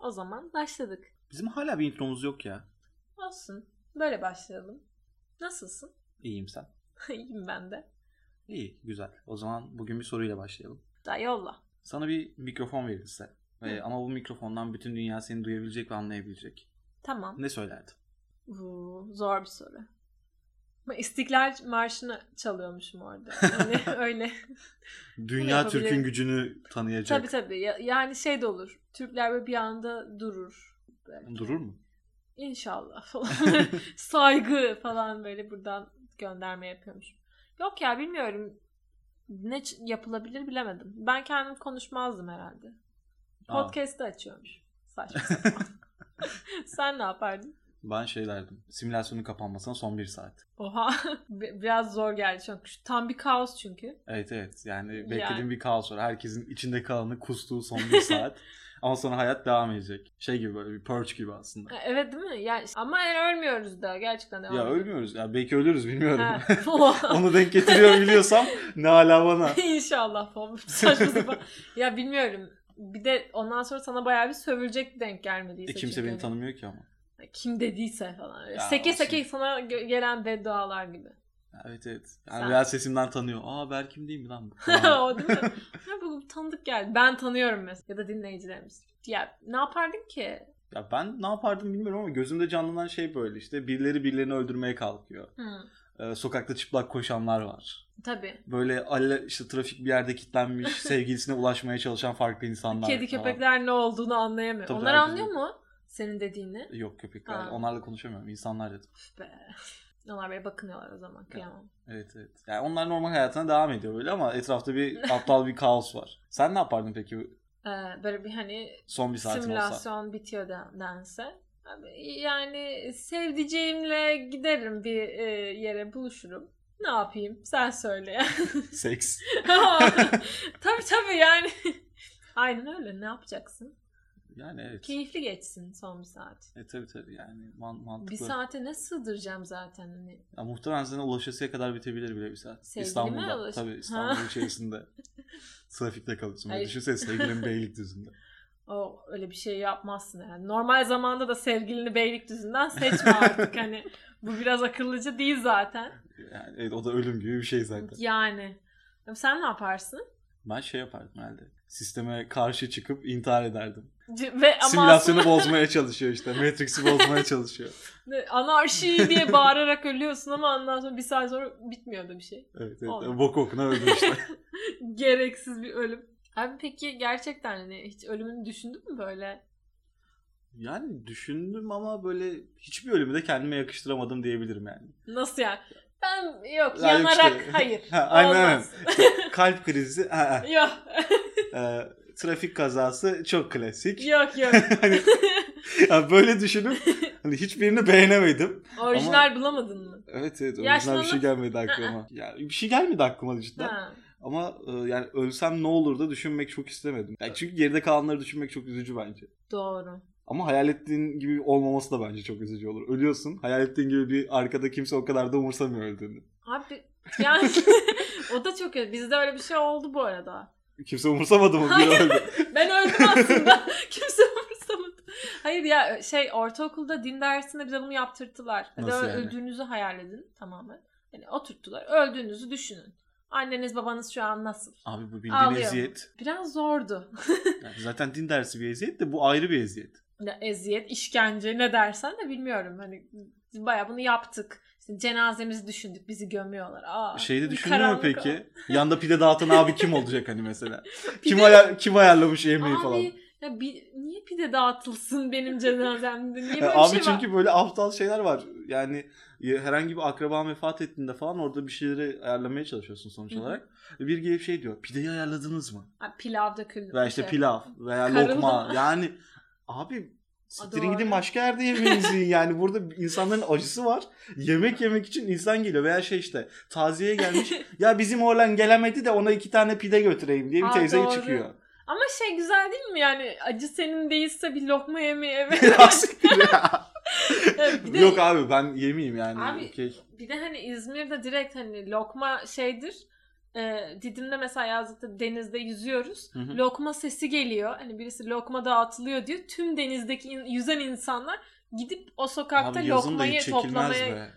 O zaman başladık. Bizim hala bir intromuz yok ya. Olsun. Böyle başlayalım. Nasılsın? İyiyim sen. İyiyim ben de. İyi, güzel. O zaman bugün bir soruyla başlayalım. Da yolla. Sana bir mikrofon verilse. Ama bu mikrofondan bütün dünya seni duyabilecek ve anlayabilecek. Tamam. Ne söylerdin? Zor bir soru. İstiklal Marşı'nı çalıyormuşum orada. Yani öyle. Dünya Türk'ün gücünü tanıyacak. Tabii. Yani şey de olur. Türkler böyle bir anda durur. Belki. Durur mu? İnşallah falan. Saygı falan böyle buradan gönderme yapıyormuş. Yok ya bilmiyorum. Ne yapılabilir bilemedim. Ben kendim konuşmazdım herhalde. Podcast'ı açıyormuş. Saçma sapan. Sen ne yapardın? Ben şey derdim. Simülasyonun kapanmasına son 1 saat. Oha. Biraz zor geldi. Çok. Tam bir kaos çünkü. Evet. Yani beklediğim bir kaos var. Herkesin içinde kalanı kustuğu son 1 saat. Ama sonra hayat devam edecek. Şey gibi böyle bir purge gibi aslında. Evet değil mi? Yani, ama yani ölmüyoruz da gerçekten devam ediyor. Ölmüyoruz. Ya belki ölürüz bilmiyorum. Onu denk getiriyor biliyorsam ne hala bana. İnşallah falan. Saçma sapan. Ya bilmiyorum. Bir de ondan sonra sana bayağı bir sövülecek denk gelmediyse. Kimse beni tanımıyor ki ama. Kim dediyse falan. Seke sana gelen beddualar gibi. Evet. Yani veya sesimden tanıyor. Berkim değil mi lan bu? O değil mi? Bu tanıdık geldi. Ben tanıyorum mesela. Ya da dinleyicilerimiz. Ya ne yapardın ki? Ya ben ne yapardım bilmiyorum ama gözümde canlanan şey böyle işte. Birileri birilerini öldürmeye kalkıyor. Sokakta çıplak koşanlar var. Tabii. Böyle işte trafik bir yerde kilitlenmiş, sevgilisine ulaşmaya çalışan farklı insanlar. Kedi köpekler ne olduğunu anlayamıyor. Tabii onlar anlıyor mu senin dediğini? Yok köpekler. Onlarla konuşamıyorum. İnsanlar dedim. Be. Onlar böyle bakınıyorlar o zaman. Kıyamam. Evet. Yani onlar normal hayatına devam ediyor böyle ama etrafta bir aptal bir kaos var. Sen ne yapardın peki? Böyle bir hani son 1 saatin simülasyon olsa. Bitiyor dense. Yani sevdiceğimle giderim bir yere buluşurum. Ne yapayım? Sen söyle. Seks. Tabii yani. Aynen öyle. Ne yapacaksın? Yani evet. Keyifli geçsin son 1 saat. Tabii yani mantıklı. 1 saate ne sığdıracağım zaten hani. Ya muhtemelen sana ulaşasıya kadar bitebilir bile 1 saat. Sevgilime İstanbul'da. Tabii İstanbul içerisinde. Trafikte kalıyorsun. Düşünsene sevgilin Beylikdüzü'nde. Öyle bir şey yapmazsın yani. Normal zamanda da sevgilini Beylikdüzü'nden seçme artık hani. Bu biraz akıllıca değil zaten. Yani evet, o da ölüm gibi bir şey zaten. Yani. Sen ne yaparsın? Ben şey yapardım herhalde. Sisteme karşı çıkıp intihar ederdim. Simülasyonu aslında bozmaya çalışıyor işte. Matrix'i bozmaya çalışıyor. Anarşi diye bağırarak ölüyorsun ama ondan sonra 1 saat sonra bitmiyordu bir şey. Evet. Bok okuna öldü işte. Gereksiz bir ölüm. Abi peki gerçekten hani hiç ölümünü düşündün mü böyle? Yani düşündüm ama böyle hiçbir ölümü de kendime yakıştıramadım diyebilirim yani. Nasıl yani? Ben yanarak işte. Hayır. Aynen. Kalp krizi. Yok. Trafik kazası çok klasik. Yok. Hani yani böyle düşünüp hani hiçbirini beğenemedim. Orijinal bulamadın mı? Evet orijinal bir şey gelmedi aklıma. Ya bir şey gelmedi aklıma cidden. Ama yani ölsem ne olur da düşünmek çok istemedim. Yani çünkü geride kalanları düşünmek çok üzücü bence. Doğru. Ama hayal ettiğin gibi olmaması da bence çok üzücü olur. Ölüyorsun. Hayal ettiğin gibi bir arkada kimse o kadar da umursamıyor öldüğünü. Abi yani o da çok kötü. Bizde öyle bir şey oldu bu arada. Kimse umursamadı mı? Biri öldü. Ben öldüm aslında. Kimse umursamadı. Hayır ya ortaokulda din dersinde bize bunu yaptırttılar. Nasıl yani? Öldüğünüzü hayal edin tamamen. Yani oturttular. Öldüğünüzü düşünün. Anneniz babanız şu an nasıl? Abi bu bildiğin eziyet. Biraz zordu. Yani zaten din dersi bir eziyet de bu ayrı bir eziyet. Ya, eziyet, işkence ne dersen de bilmiyorum. Hani bayağı bunu yaptık. İşte cenazemizi düşündük. Bizi gömüyorlar. Şeyde düşünüyor mu peki? Yanda pide dağıtan abi kim olacak hani mesela? Kim ayarlamış yemeği falan? Ya niye pide dağıtılsın benim cenazemde? Niye böyle abi bir şey var? Çünkü böyle aptal şeyler var. Yani herhangi bir akraban vefat ettiğinde falan orada bir şeyleri ayarlamaya çalışıyorsun sonuç olarak. Bir gelip şey diyor. Pideyi ayarladınız mı? Pilav döküldü. Veya işte pilav veya lokma. Yani abi siktirin gidin başka yerde yemeğinizi yiyin. Yani burada insanların acısı var. Yemek yemek için insan geliyor. Veya işte taziye gelmiş. Ya bizim oğlan gelemedi de ona 2 tane pide götüreyim diye bir teyze çıkıyor. Ama güzel değil mi yani? Acı senin değilse bir lokma yemeye evet. Yok abi ben yemeyeyim yani. Abi bir de hani İzmir'de direkt hani lokma şeydir. Didim'de mesela yazdıkta denizde yüzüyoruz. Hı. Lokma sesi geliyor. Hani birisi lokma dağıtılıyor diyor. Tüm denizdeki yüzen insanlar gidip o sokakta Abi yazın da lokmayı hiç çekilmez toplamaya... be.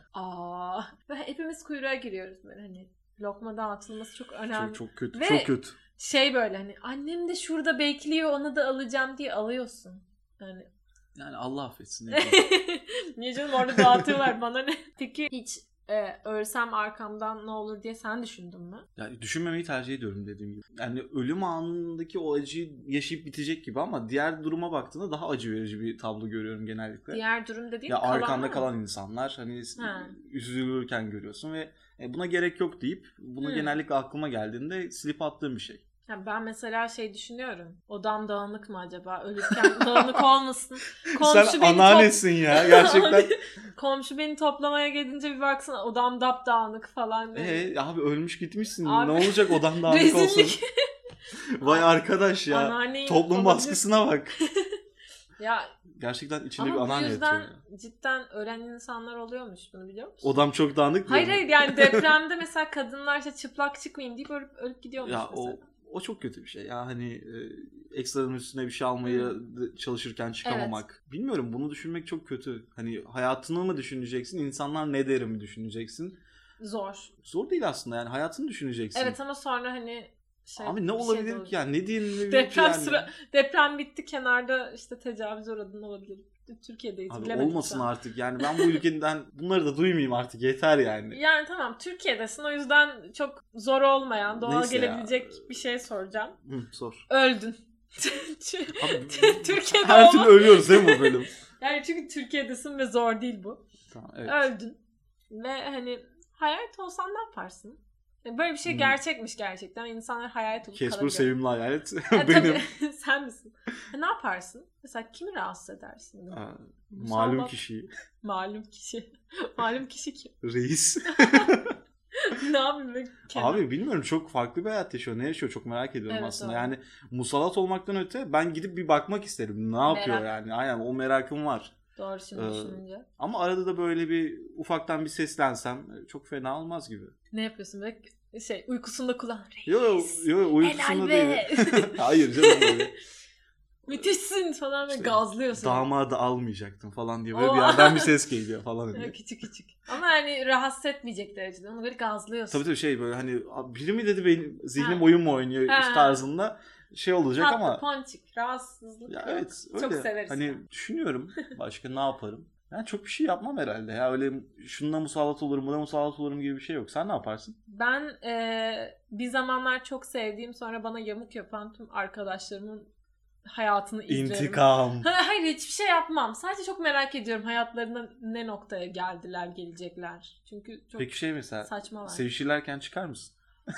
Ve hepimiz kuyruğa giriyoruz böyle hani. Lokma dağıtılması çok önemli. Çok kötü. Ve çok kötü. şey böyle hani annem de şurada bekliyor onu da alacağım diye alıyorsun. Yani Allah affetsin. Niye canım orada dağıtıyorlar bana ne? Peki hiç ölsem arkamdan ne olur diye sen düşündün mü? Yani düşünmemeyi tercih ediyorum dediğim gibi. Yani ölüm anındaki o acıyı yaşayıp bitecek gibi ama diğer duruma baktığında daha acı verici bir tablo görüyorum genellikle. Diğer durum dediğin ya arkanda mı? kalan insanlar hani üzülürken görüyorsun ve buna gerek yok deyip bunu genellikle aklıma geldiğinde silip attığım bir şey. Ya ben mesela düşünüyorum. Odam dağınık mı acaba? Ölürken dağınık olmasın. Komşu sen anneannesin ya gerçekten. Komşu beni toplamaya gelince bir baksana odam dağınık falan. Abi ölmüş gitmişsin. Abi, ne olacak odam dağınık olsun. Vay arkadaş ya. Toplum baskısına bak. Ya gerçekten içinde bir anneanne yatıyor. Ama bu yüzden cidden ölen insanlar oluyormuş, bunu biliyor musun? Odam çok dağınık diyor. Hayır yani depremde mesela kadınlar işte çıplak çıkmayayım deyip ölüp gidiyormuş ya mesela. O çok kötü bir şey. Ya hani ekstranın üstüne bir şey almaya çalışırken çıkamamak. Evet. Bilmiyorum, bunu düşünmek çok kötü. Hani hayatını mı düşüneceksin, insanlar ne der mi düşüneceksin? Zor değil aslında, yani hayatını düşüneceksin. Evet ama sonra hani abi ne olabilir ki yani, ne diyelim deprem bitti, kenarda işte tecavüz uğradın olabilir. Türkiye'deyiz, abi bilemedim. Olmasın artık yani, ben bu ülkeden bunları da duymayayım artık, yeter yani. Yani tamam, Türkiye'desin, o yüzden çok zor olmayan, doğal neyse gelebilecek bir şey soracağım. Sor. Öldün. Abi, Türkiye'de her türlü ölüyoruz değil mi bu bölüm? Yani çünkü Türkiye'desin ve zor değil bu. Tamam, evet. Öldün ve hani hayalet olsan ne yaparsın? Böyle bir şey gerçekmiş gerçekten. İnsanlar hayalet olup kalabiliyor. Kesper sevimli hayalet. Benim. Sen misin? Ne yaparsın? Mesela kimi rahatsız edersin? Malum kişiyi. Malum kişi. Malum kişi kim? Reis. Ne yapayım? Abi bilmiyorum, çok farklı bir hayat yaşıyor. Ne yaşıyor çok merak ediyorum aslında. Öyle. Yani musallat olmaktan öte ben gidip bir bakmak isterim. Ne yapıyor yani? Aynen, o merakım var. Doğru, şimdi düşününce. Ama arada da böyle bir ufaktan bir seslensem çok fena olmaz gibi. Ne yapıyorsun? Böyle uykusunda kulağın. Yok uykusunda değil. Hayır canım böyle. Müthişsin falan ve gazlıyorsun. Damadı almayacaktım falan diye böyle bir yerden bir ses geliyor falan diye. Küçük. Ama hani rahatsız etmeyecek derecede. Onu böyle gazlıyorsun. Tabii böyle hani biri mi dedi, benim zihnim oyun mu oynuyor tarzında olacak. tatlı, ama. Ponçik, rahatsızlık. Ya evet öyle. Çok severiz. Hani düşünüyorum başka ne yaparım. Yani çok bir şey yapmam herhalde. Ya öyle şununla musallat olurum, buna musallat olurum gibi bir şey yok. Sen ne yaparsın? Ben bir zamanlar çok sevdiğim, sonra bana yamuk yapan tüm arkadaşlarımın hayatını izlerim. İntikam. Hayır, hiçbir şey yapmam. Sadece çok merak ediyorum hayatlarında ne noktaya geldiler, gelecekler. Çünkü çok peki mesela saçmalar. Sevişirlerken çıkar mısın?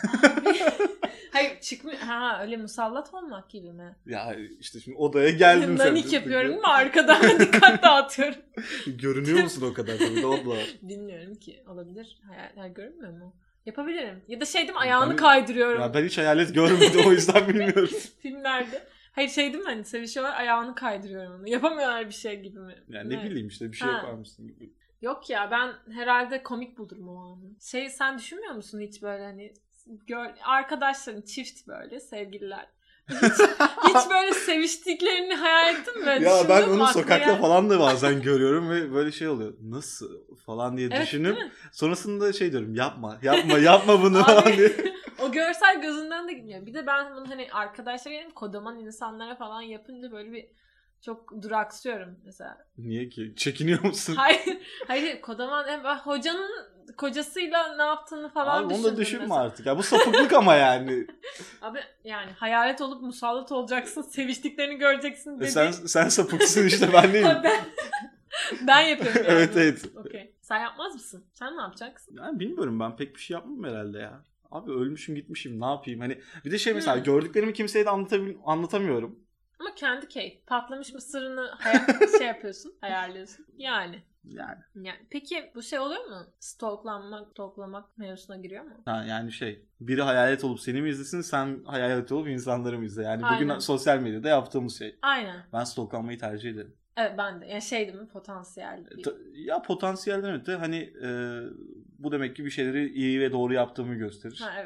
Hayır çıkmıyor. Öyle musallat olmak gibi mi? Ya işte şimdi odaya geldin sen. Nanik yapıyorum ama arkadan dikkat dağıtıyorum. Görünüyor musun o kadar tabii de abla? Bilmiyorum ki. Olabilir. Hayaller görünmüyor mu? Yapabilirim. Ya da değil mi, ayağını kaydırıyorum. Ya ben hiç hayalet görmedim, o yüzden bilmiyorum. Filmlerde. Hayır değil mi, hani sevişiyorlar, ayağını kaydırıyorum onu. Yapamıyorlar bir şey gibi mi? Yani ne bileyim işte bir şey yapar mısın gibi. Yok ya, ben herhalde komik bulurum o anı. Sen düşünmüyor musun hiç böyle hani arkadaşların çift böyle sevgililer. Hiç böyle seviştiklerini hayal ettin mi? Ya ben onu sokakta falan da bazen görüyorum ve böyle şey oluyor. Nasıl falan diye düşünüp sonrasında diyorum, yapma bunu falan diye. O görsel gözünden de gitmiyor. Bir de ben bunu hani arkadaşlar kodaman insanlara falan yapınca böyle bir çok duraksıyorum mesela. Niye ki? Çekiniyor musun? Hayır kodaman hocanın kocasıyla ne yaptığını falan abi, düşündüm. Abi onu da düşünme mesela. Artık. Ya bu sapıklık ama yani. Abi yani hayalet olup musallat olacaksın, seviştiklerini göreceksin dedi. Sen sapıksın işte, ben değilim. Ben yapıyorum yani. Evet. Okay. Sen yapmaz mısın? Sen ne yapacaksın? Yani bilmiyorum, ben pek bir şey yapmam herhalde ya. Abi ölmüşüm gitmişim, ne yapayım? Hani bir de mesela gördüklerimi kimseye de anlatamıyorum. Ama kendi keyif. Patlamış mısırını yapıyorsun, ayarlıyorsun. Yani. Peki bu oluyor mu? Stalklamak mevzusuna giriyor mu? Yani biri hayalet olup seni mi izlesin, sen hayalet olup insanları mı izle? Yani aynen. Bugün sosyal medyada yaptığımız şey. Aynen. Ben stalklanmayı tercih ederim. Evet, ben de. Yani değil mi? Potansiyel. Ya potansiyelden öte hani bu demek ki bir şeyleri iyi ve doğru yaptığımı gösterir. Evet.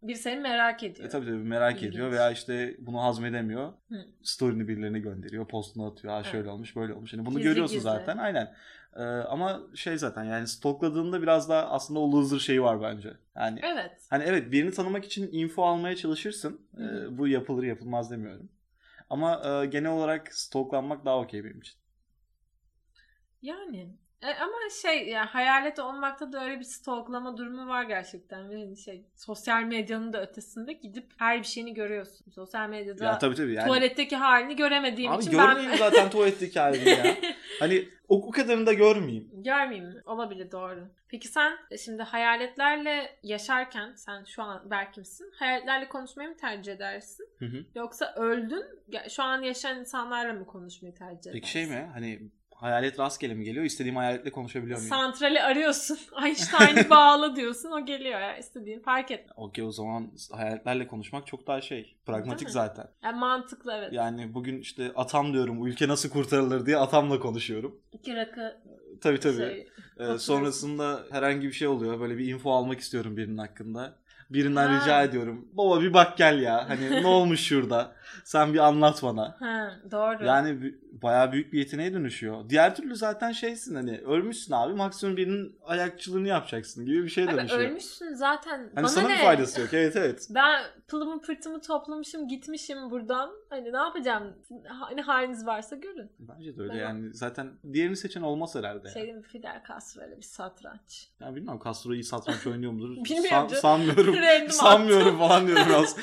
Bir seni merak ediyor. Tabii merak İlginç. ediyor veya işte bunu hazmedemiyor. Hı. Story'ini birilerine gönderiyor, postunu atıyor. Ha şöyle olmuş, böyle olmuş. Yani bunu Gizli görüyorsun gizli. zaten. Aynen. Ama şey zaten yani stalkladığında biraz daha aslında o loser şeyi var bence. Yani Evet. hani evet birini tanımak için info almaya çalışırsın. Hı. Bu yapılır yapılmaz demiyorum. Ama genel olarak stalklanmak daha okey benim için. Yani ama yani hayalet olmakta da öyle bir stalklama durumu var gerçekten. Ve sosyal medyanın da ötesinde gidip her bir şeyini görüyorsun. Sosyal medyada Ya tabii yani. Tuvaletteki halini göremediğim Abi için görmeyeyim zaten tuvaletteki halini ya. Hani o kadarını da görmeyeyim. Görmeyeyim mi? Olabilir, doğru. Peki sen şimdi hayaletlerle yaşarken, sen şu an Berkim'sin. Hayaletlerle konuşmayı mı tercih edersin? Hı hı. Yoksa öldün, şu an yaşayan insanlarla mı konuşmayı tercih edersin? Peki şey mi? Hani hayalet rastgele mi geliyor? İstediğim hayaletle konuşabiliyor muyum? Santrali arıyorsun. Einstein'ı bağla diyorsun. O geliyor ya. İstediğin fark et. Okey, o zaman hayaletlerle konuşmak çok daha pragmatik zaten. Yani mantıklı, evet. Yani bugün işte atam diyorum, ülke nasıl kurtarılır diye atamla konuşuyorum. 2 rakı Tabii. Sonrasında herhangi bir şey oluyor. Böyle bir info almak istiyorum birinin hakkında. Birinden rica ediyorum. Baba bir bak gel ya. Hani ne olmuş şurada? Sen bir anlat bana. Doğru. Yani bayağı büyük bir yeteneğe dönüşüyor. Diğer türlü zaten şeysin hani ölmüşsün abi. Maksimum birinin ayakçılığını yapacaksın gibi bir şey dönüşüyor. Ölmüşsün zaten. Hani bana sana ne? bir faydası yok. Evet. Ben pılımı pırtımı toplamışım, gitmişim buradan. Hani ne yapacağım? Ne haliniz varsa görün. Bence de öyle yani. Zaten diğerini seçen olmaz herhalde. Değil mi? Fidel Castro öyle bir satranç. Ya bilmiyorum, Castro iyi satranç oynuyor mudur? Bilmiyorum. Sanmıyorum. Sanmıyorum falan diyorum biraz.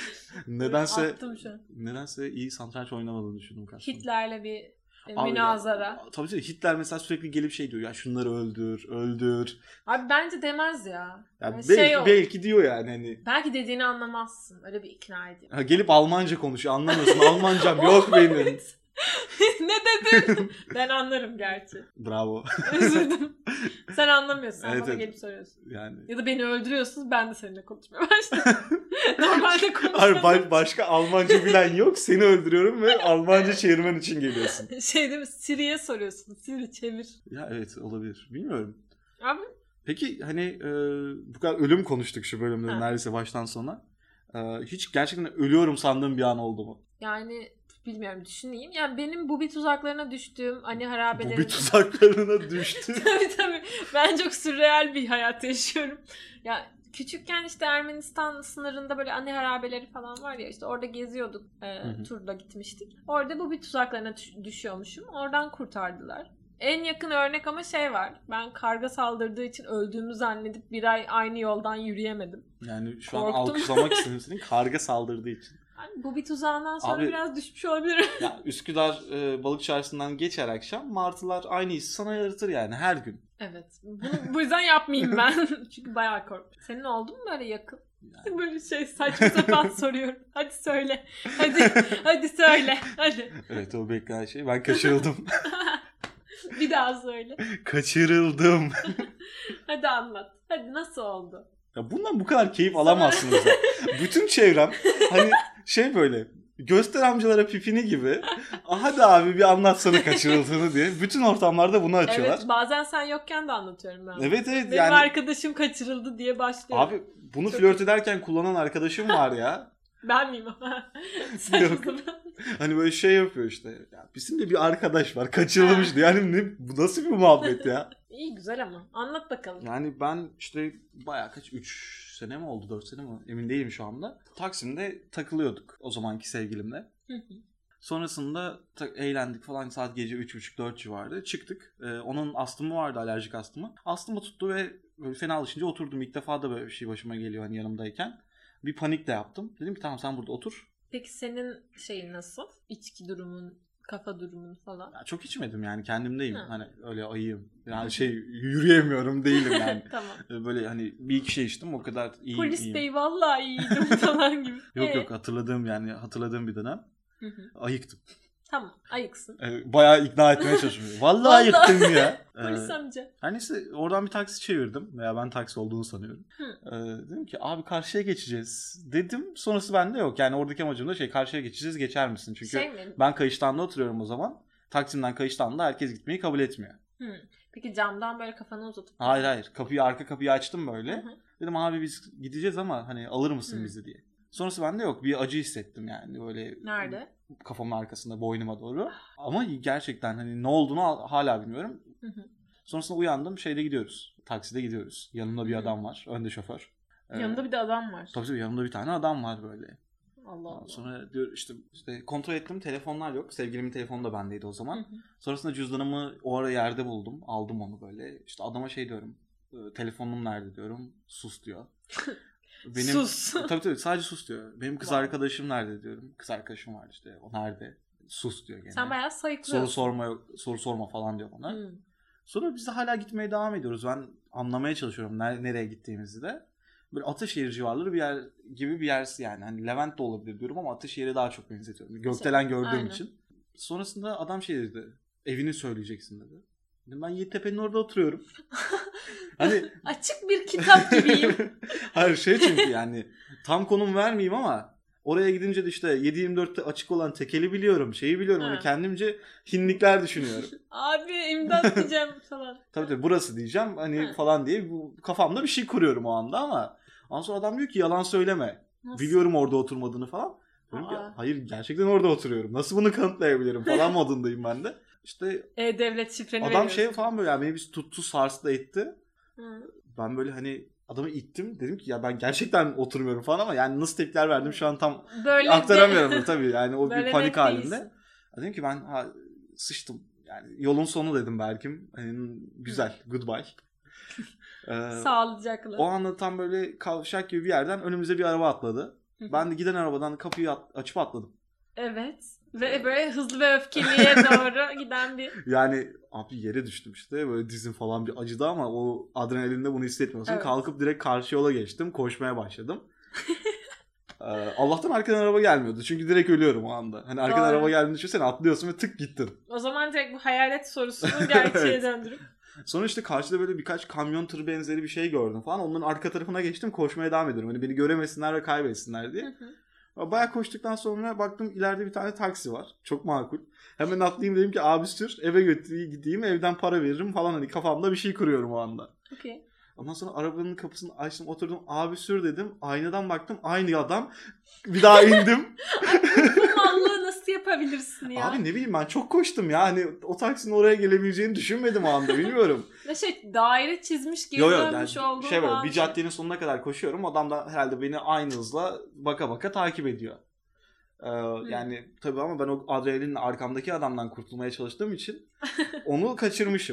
Nedense iyi satranç oynamadığını düşündüm Castro. Hitler'le bir münazara. Tabii Hitler mesela sürekli gelip şey diyor ya, şunları öldür. Abi bence demez ya. Belki diyor yani hani. Belki dediğini anlamazsın. Öyle bir ikna ediyor. Gelip Almanca konuşuyor, anlamıyorsun. Almancam yok benim. Ne dedin? Ben anlarım gerçi. Bravo. Üzüldüm. Sen anlamıyorsun. Sen bana gelip soruyorsun. Yani. Ya da beni öldürüyorsunuz, ben de seninle konuşmaya başladım. Normalde konuşuyorum. Hayır, başka Almanca bilen yok. Seni öldürüyorum ve Almanca çevirmen için geliyorsun. Değil mi? Siri'ye soruyorsun. Siri çevir. Ya evet, olabilir. Bilmiyorum. Abi. Peki hani bu kadar ölüm konuştuk şu bölümde neredeyse baştan sona. Hiç gerçekten ölüyorum sandığım bir an oldu mu? Yani bilmiyorum, düşüneyim. Yani benim Bubi tuzaklarına düştüğüm, hani harabelerin... Bubi tuzaklarına düştüm. Tabii. Ben çok sürreal bir hayat yaşıyorum. Ya küçükken işte Ermenistan sınırında böyle anne harabeleri falan var ya, işte orada geziyorduk. Turla gitmiştik. Orada Bubi tuzaklarına düşüyormuşum. Oradan kurtardılar. En yakın örnek ama var. Ben karga saldırdığı için öldüğümü zannedip bir ay aynı yoldan yürüyemedim. Yani şu an alkışlamak istedim senin, karga saldırdığı için. Yani bu bir tuzağından sonra biraz düşmüş olabilir. Ya Üsküdar balık çarşısından geçer akşam, martılar aynı hissi sana yaratır yani her gün. Evet. Bu yüzden yapmayayım ben. Çünkü bayağı korktum. Senin oldu mu böyle yakın? Yani. Böyle saçma sapan soruyorum. Hadi söyle. Hadi söyle. Hadi. Evet, o beklenen şey. Ben kaçırıldım. Bir daha söyle. Kaçırıldım. Hadi anlat. Hadi nasıl oldu? Ya bundan bu kadar keyif alamazsınız ya. Bütün çevrem hani böyle göster amcalara pipini gibi. Hadi abi bir anlatsana kaçırıldığını diye. Bütün ortamlarda bunu açıyorlar. Evet, bazen sen yokken de anlatıyorum ben. Evet Benim yani. arkadaşım kaçırıldı diye başlıyor. Abi bunu flört ederken kullanan arkadaşım var ya. Ben miyim ama? Yok. Hani böyle yapıyor işte. Ya bizim de bir arkadaş var, kaçırılmıştı. Yani bu nasıl bir muhabbet ya? İyi, güzel ama. Anlat bakalım. Yani ben işte bayağı 3 sene mi oldu, 4 sene mi? Emin değilim şu anda. Taksim'de takılıyorduk o zamanki sevgilimle. Sonrasında eğlendik falan, saat gece 3.30-4 civarı çıktık. Onun astımı vardı, alerjik astımı. Astımı tuttu ve böyle fenalaşınca oturdum. İlk defa da böyle bir şey başıma geliyor hani yanımdayken. Bir panik de yaptım. Dedim ki tamam sen burada otur. Peki senin nasıl? İçki durumun, kafa durumun falan? Ya çok içmedim yani, kendimdeyim. Hani öyle ayıyım. Yani yürüyemiyorum değilim yani. Tamam. Böyle hani bir iki şey içtim, o kadar iyiyim. Polis bey vallahi iyiydim falan gibi. Yok hatırladığım bir dönem. Ayıktım. Tamam, ayıksın. Bayağı ikna etmeye çalışıyorum. Vallahi ayıktım ya. Polis amca. Her neyse oradan bir taksi çevirdim. Veya ben taksi olduğunu sanıyorum. Dedim ki abi karşıya geçeceğiz dedim. Sonrası bende yok. Yani oradaki amacım da karşıya geçeceğiz, geçer misin? Çünkü ben Kayıştan'da oturuyorum o zaman. Taksim'den Kayıştan'da herkes gitmeyi kabul etmiyor. Peki camdan böyle kafanı uzatıp... Hayır. Arka kapıyı açtım böyle. Dedim abi biz gideceğiz ama hani alır mısın bizi diye. Sonrası bende yok. Bir acı hissettim yani böyle. Nerede? Kafamın arkasında boynuma doğru. Ama gerçekten hani ne olduğunu hala bilmiyorum. Sonrasında uyandım. Şeyde gidiyoruz. Takside gidiyoruz. Yanımda bir adam var. Önde şoför. Yanında bir de adam var. Tabii yanımda bir tane adam var böyle. Allah Allah. Sonra diyor işte kontrol ettim. Telefonlar yok. Sevgilimin telefonu da bendeydi o zaman. Sonrasında cüzdanımı o ara yerde buldum. Aldım onu böyle. İşte adama şey diyorum. Telefonum nerede diyorum. Sus diyor. Sus. Tabii sadece sus diyor. Benim kız arkadaşım nerede diyorum. Kız arkadaşım var işte. O nerede? Sus diyor gene. Sen bayağı sayıklıyorsun. Soru sorma falan diyor bana. Sonra biz de hala gitmeye devam ediyoruz. Ben anlamaya çalışıyorum nereye gittiğimizi de. Böyle Ataşehir civarları bir yer gibi bir yersi yani. Hani Levent de olabilir diyorum ama Ataşehir'e daha çok benzetiyorum. Gökdelen gördüğüm için. Sonrasında adam şey dedi. Evini söyleyeceksin dedi. Ben Yiğittepe'nin orada oturuyorum. Hani açık bir kitap gibiyim. Hayır çünkü yani tam konum vermeyeyim ama oraya gidince de işte 7/24'te açık olan tekeli biliyorum. Şeyi biliyorum. Hani kendimce hinlikler düşünüyorum. Abi imdat diyeceğim falan. Tabii burası diyeceğim hani falan diye kafamda bir şey kuruyorum o anda ama ondan sonra adam diyor ki yalan söyleme. Nasıl? Biliyorum orada oturmadığını falan. Diyorum ki hayır gerçekten orada oturuyorum. Nasıl bunu kanıtlayabilirim falan modundayım ben de. İşte devlet şifreni adam veriyorsun. şey falan böyle yani beni bir tuttu sarstı da etti. Ben böyle hani adamı ittim. Dedim ki ya ben gerçekten oturmuyorum falan ama yani nasıl tepkiler verdim şu an tam böyle aktaramıyorum tabii. Yani o bir panik halinde. Dedim ki ben sıçtım. Yani yolun sonu dedim belki. Hani güzel. Goodbye. Sağlıcakla. O anda tam böyle kavşak gibi bir yerden önümüze bir araba atladı. Ben de giden arabadan kapıyı açıp atladım. Evet. Ve böyle hızlı ve öfkeliye doğru giden bir... Yani abi yere düştüm işte. Böyle dizim falan bir acıdı ama o adrenalinde bunu hissetmiyorsun. Evet. Kalkıp direkt karşı yola geçtim. Koşmaya başladım. Allah'tan arkadan araba gelmiyordu. Çünkü direkt ölüyorum o anda. Hani arkadan araba geldiğini düşünsene atlıyorsun ve tık gittin. O zaman direkt bu hayalet sorusunu gerçeğe döndürüp. Sonra işte karşıda böyle birkaç kamyon tır benzeri bir şey gördüm falan. Onların arka tarafına geçtim. Koşmaya devam ediyorum. Hani beni göremesinler ve kaybetsinler diye. Bayağı koştuktan sonra baktım ileride bir tane taksi var. Çok makul. Hemen atlayayım dedim ki abi sür eve gideyim evden para veririm falan hani kafamda bir şey kuruyorum o anda. Okay. Ondan sonra arabanın kapısını açtım oturdum abi sür dedim. Aynadan baktım aynı adam. Bir daha indim. Bu mallığı nasıl yapabilirsin ya? Abi ne bileyim ben çok koştum ya. Hani o taksinin oraya gelebileceğini düşünmedim o anda bilmiyorum. Ve daire çizmiş gibi dönmüş yani olduğu böyle bir caddenin sonuna kadar koşuyorum. Adam da herhalde beni aynı hızla baka baka takip ediyor. Yani tabii ama ben o adrenalinin arkamdaki adamdan kurtulmaya çalıştığım için onu kaçırmışım.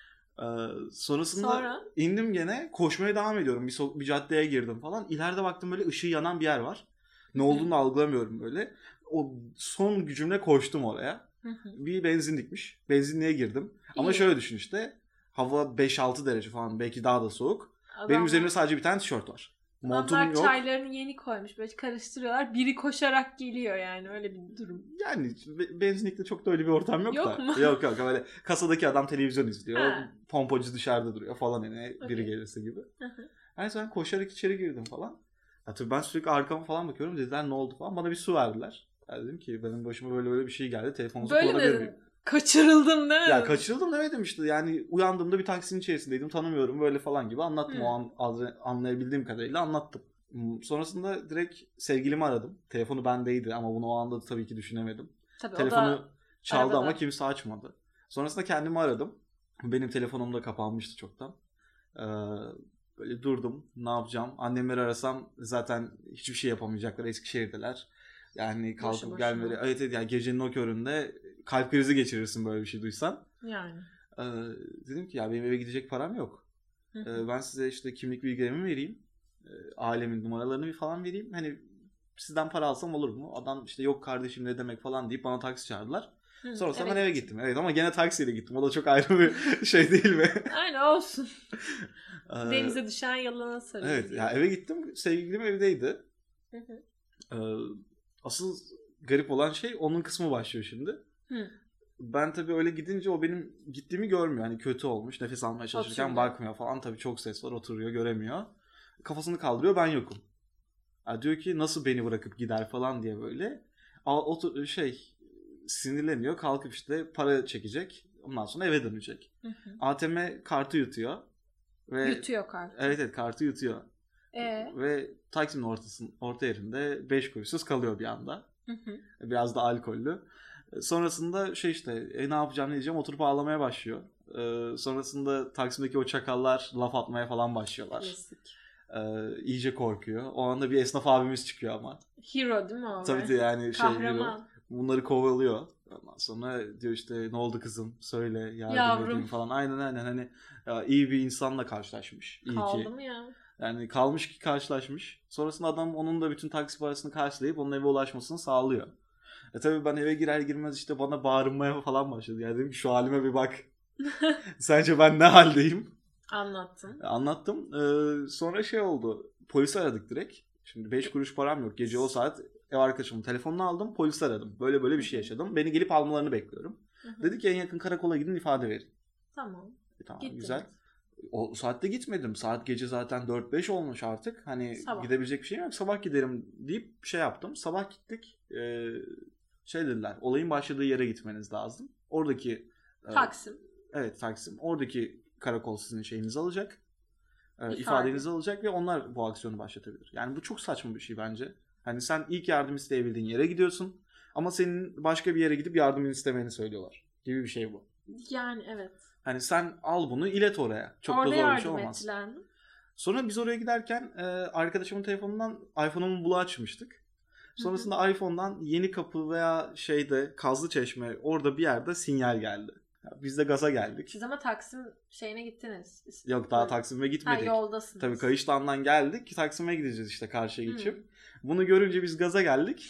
Sonrasında indim gene koşmaya devam ediyorum. Bir caddeye girdim falan. İleride baktım böyle ışığı yanan bir yer var. Ne olduğunu da algılamıyorum böyle. O son gücümle koştum oraya. Bir benzinlikmiş. Benzinliğe girdim. Ama şöyle düşün işte. Hava 5-6 derece falan. Belki daha da soğuk. Benim üzerimde sadece bir tane tişört var. Montum yok. Çaylarını yeni koymuş. Böyle karıştırıyorlar. Biri koşarak geliyor yani. Öyle bir durum. Yani benzinlikte çok da öyle bir ortam yok da. Yok mu? Yok. Böyle kasadaki adam televizyon izliyor. Pompacı dışarıda duruyor falan. Yani biri gelirse gibi. Yani ben koşarak içeri girdim falan. Ya tabii ben sürekli arkama falan bakıyorum. Dediler ne oldu falan. Bana bir su verdiler. Yani dedim ki benim başıma böyle bir şey geldi. Telefonunuzu kullanabilir miyim? Kaçırıldım değil mi? Ya kaçırıldım demedim işte. Yani uyandığımda bir taksinin içerisindeydim. Tanımıyorum böyle falan gibi anlattım. O an anlayabildiğim kadarıyla anlattım. Sonrasında direkt sevgilimi aradım. Telefonu bendeydi ama bunu o anda da tabii ki düşünemedim. Tabii, telefonu çaldı ama kimse açmadı. Sonrasında kendimi aradım. Benim telefonum da kapanmıştı çoktan. Böyle durdum. Ne yapacağım? Annemleri arasam zaten hiçbir şey yapamayacaklar. Eskişehir'deler. Yani kalkıp gelmeleri. Evet yani gecenin o köründe kalp krizi geçirirsin böyle bir şey duysan. Yani. Dedim ki ya benim eve gidecek param yok. Ben size işte kimlik bilgilerimi vereyim. Ailemin numaralarını falan vereyim. Hani sizden para alsam olur mu? Adam işte yok kardeşim ne demek falan deyip bana taksi çağırdılar. Sonrasında ben eve gittim. Evet ama gene taksiyle gittim. O da çok ayrı bir şey değil mi? Aynen olsun. Denize düşen yalana sarılır. Evet ya eve gittim. Sevgilim evdeydi. Asıl garip olan şey onun kısmı başlıyor şimdi. Ben tabii öyle gidince o benim gittiğimi görmüyor. Hani kötü olmuş. Nefes almaya çalışırken bakmıyor falan. Tabii çok ses var. Oturuyor göremiyor. Kafasını kaldırıyor ben yokum. Yani diyor ki nasıl beni bırakıp gider falan diye böyle. Sinirleniyor. Kalkıp işte para çekecek. Ondan sonra eve dönecek. ATM kartı yutuyor. Yutuyor kartı. Evet kartı yutuyor. Ve Taksim'in orta yerinde 5 kuruşsuz kalıyor bir anda. Biraz da alkollü. Sonrasında ne yapacağım ne diyeceğim oturup ağlamaya başlıyor. Sonrasında Taksim'deki o çakallar laf atmaya falan başlıyorlar. İyice korkuyor. O anda bir esnaf abimiz çıkıyor ama. Hero değil mi o? Tabii yani kahraman. Hero. Bunları kovalıyor. Ondan sonra diyor ne oldu kızım söyle yardım edeyim falan. Aynen hani iyi bir insanla karşılaşmış. İyi Kaldı ki. mı ya? Yani kalmış ki karşılaşmış. Sonrasında adam onun da bütün taksi parasını karşılayıp onun eve ulaşmasını sağlıyor. Tabii ben eve girer girmez bana bağırmaya falan başladı. Yani dedim ki şu halime bir bak. Sence ben ne haldeyim? Anlattım. Sonra oldu. Polisi aradık direkt. Şimdi 5 kuruş param yok. Gece o saat ev arkadaşımın telefonunu aldım. Polisi aradım. Böyle bir şey yaşadım. Beni gelip almalarını bekliyorum. Dedi ki en yakın karakola gidin ifade verin. Tamam. Tamam gittiniz. Güzel. O saatte gitmedim. Saat gece zaten 4-5 olmuş artık. Hani gidebilecek bir şey yok. Sabah giderim deyip yaptım. Sabah gittik. Dediler. Olayın başladığı yere gitmeniz lazım. Oradaki Taksim. Evet Taksim. Oradaki karakol sizin şeyinizi alacak. İfadenizi alacak ve onlar bu aksiyonu başlatabilir. Yani bu çok saçma bir şey bence. Hani sen ilk yardım isteyebildiğin yere gidiyorsun. Ama senin başka bir yere gidip yardım istemeni söylüyorlar. Gibi bir şey bu. Yani evet. Hani sen al bunu ilet oraya. Çok orada da zor bir şey olmaz. Orada yardım ettiler mi? Sonra biz oraya giderken arkadaşımın telefonundan iPhone'umun bulu açmıştık. Sonrasında iPhone'dan Yenikapı veya Kazlıçeşme orada bir yerde sinyal geldi. Biz de gaza geldik. Siz ama Taksim gittiniz. Yok daha Taksim'e gitmedik. Yoldasınız. Tabii Kayıştan'dan geldik. Taksim'e gideceğiz karşıya geçip. Bunu görünce biz gaza geldik.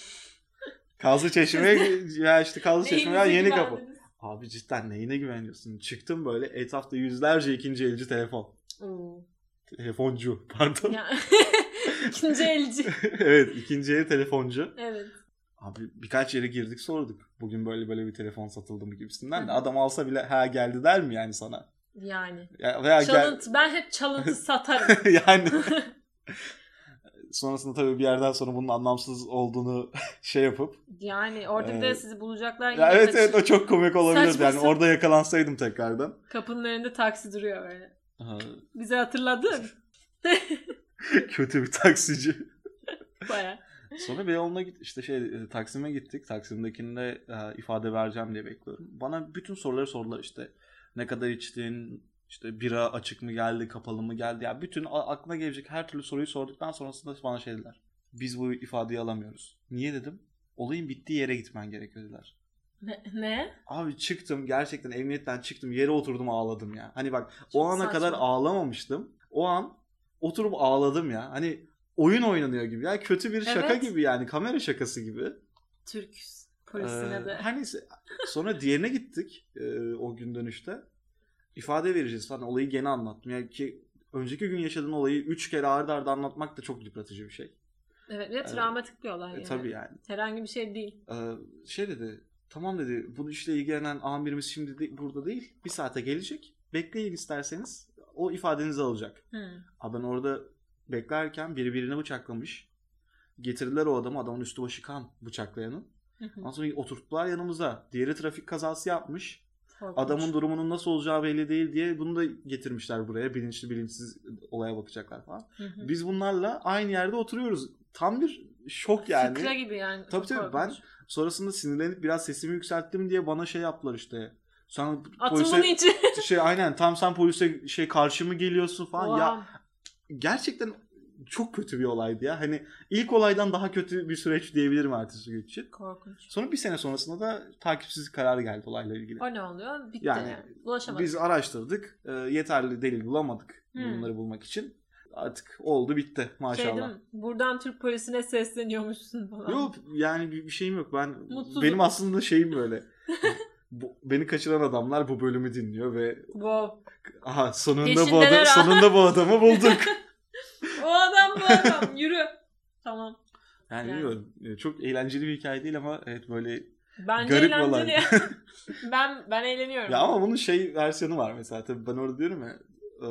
Kazlıçeşme'ye Kazlıçeşme veya Yenikapı. Abi cidden neyine güveniyorsun? Çıktım böyle etrafta yüzlerce ikinci elci telefon. Telefoncu pardon. İkinci elci. Evet ikinci el telefoncu. Evet. Abi birkaç yere girdik sorduk. Bugün böyle bir telefon satıldı mı gibisinden de adam alsa bile geldi der mi yani sana? Yani. Veya ben hep çalıntı satarım. Yani. Sonrasında tabii bir yerden sonra bunun anlamsız olduğunu yapıp. Yani orada bir de sizi bulacaklar gibi. Evet o çok komik olabilir. Yani orada yakalansaydım tekrardan. Kapının önünde taksi duruyor böyle. Bizi hatırladın. Kötü bir taksici. Baya. Sonra Beyoğlu'na Taksim'e gittik. Taksim'dekinde ifade vereceğim diye bekliyorum. Bana bütün soruları sordular Ne kadar içtin? Bira açık mı geldi, kapalı mı geldi? Yani bütün aklına gelecek her türlü soruyu sorduktan sonrasında bana dediler. Biz bu ifadeyi alamıyoruz. Niye dedim? Olayın bittiği yere gitmen gerekiyor dediler. Ne? Abi çıktım gerçekten emniyetten çıktım yere oturdum ağladım ya. Hani bak çok o ana saçma. Kadar ağlamamıştım. O an oturup ağladım ya. Hani oyun oynanıyor gibi ya. Kötü bir şaka gibi yani. Kamera şakası gibi. Türk polisine de. Hani sonra diğerine gittik o gün dönüşte. İfade vereceğiz falan. Olayı gene anlattım. Yani ki önceki gün yaşadığın olayı 3 kere arda arda anlatmak da çok yıpratıcı bir şey. Evet ve travmatik bir olay yani. Tabii yani. Herhangi bir şey değil. Dedi. Tamam dedi. Bu işle ilgilenen amirimiz şimdi burada değil. Bir saate gelecek. Bekleyin isterseniz. O ifadenizi alacak. Ben orada beklerken biri birini bıçaklamış. Getirdiler o adamı. Adamın üstü başı kan bıçaklayanın. Ondan sonra oturttular yanımıza. Diğeri trafik kazası yapmış. Korkunç. Adamın durumunun nasıl olacağı belli değil diye bunu da getirmişler buraya. Bilinçli bilinçsiz olaya bakacaklar falan. Biz bunlarla aynı yerde oturuyoruz. Tam bir şok yani. Fıkra gibi yani. Tabii ben sonrasında sinirlenip biraz sesimi yükselttim diye bana yaptılar Sen polise aynen tam sen polise karşı mı geliyorsun falan. Wow. Ya gerçekten çok kötü bir olaydı ya. Hani ilk olaydan daha kötü bir süreç diyebilirim ertesi gün için. Korkunç. Sonra bir sene sonrasında da takipsizlik kararı geldi olayla ilgili. O ne oluyor? Bitti yani. Ulaşamadık. Biz araştırdık. Yeterli delil bulamadık bunları bulmak için. Artık oldu bitti maşallah. Buradan Türk polisine sesleniyormuşsun falan. Yok yani bir şeyim yok. Benim aslında böyle. Beni kaçıran adamlar bu bölümü dinliyor ve aha sonunda bu adamı bulduk. O adam yürü. Tamam. Yani bilmiyorum. Çok eğlenceli bir hikaye değil ama evet böyle bence garip eğlenceli. ben eğleniyorum. Ya ama bunun versiyonu var mesela. Tabii ben orada diyorum ya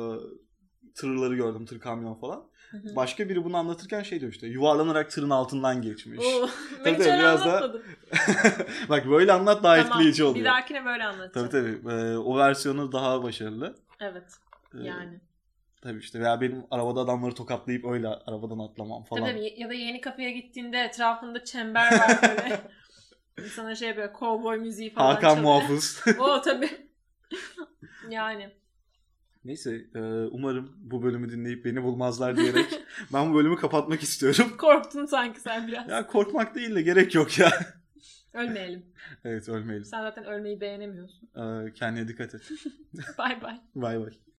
tırları gördüm, tır kamyon falan. Başka biri bunu anlatırken diyor yuvarlanarak tırın altından geçmiş. Ben hiç biraz anlatmadım. Bak böyle anlat daha etkileyici oluyor. Bir dahakine böyle anlatacağım. Tabii. O versiyonu daha başarılı. Evet. Yani. Tabii işte veya benim arabada adamları tokatlayıp öyle arabadan atlamam falan. Tabii ya da yeni kafeye gittiğinde etrafında çember var böyle. Sana şey böyle kovboy müziği falan Hakan çalıyor. Muhafız. O tabii. Yani. Neyse umarım bu bölümü dinleyip beni bulmazlar diyerek ben bu bölümü kapatmak istiyorum. Korktun sanki sen biraz. Ya korkmak değil de gerek yok ya. Ölmeyelim. Evet ölmeyelim. Sen zaten ölmeyi beğenemiyorsun. Kendine dikkat et. Bay bay. Bay bay.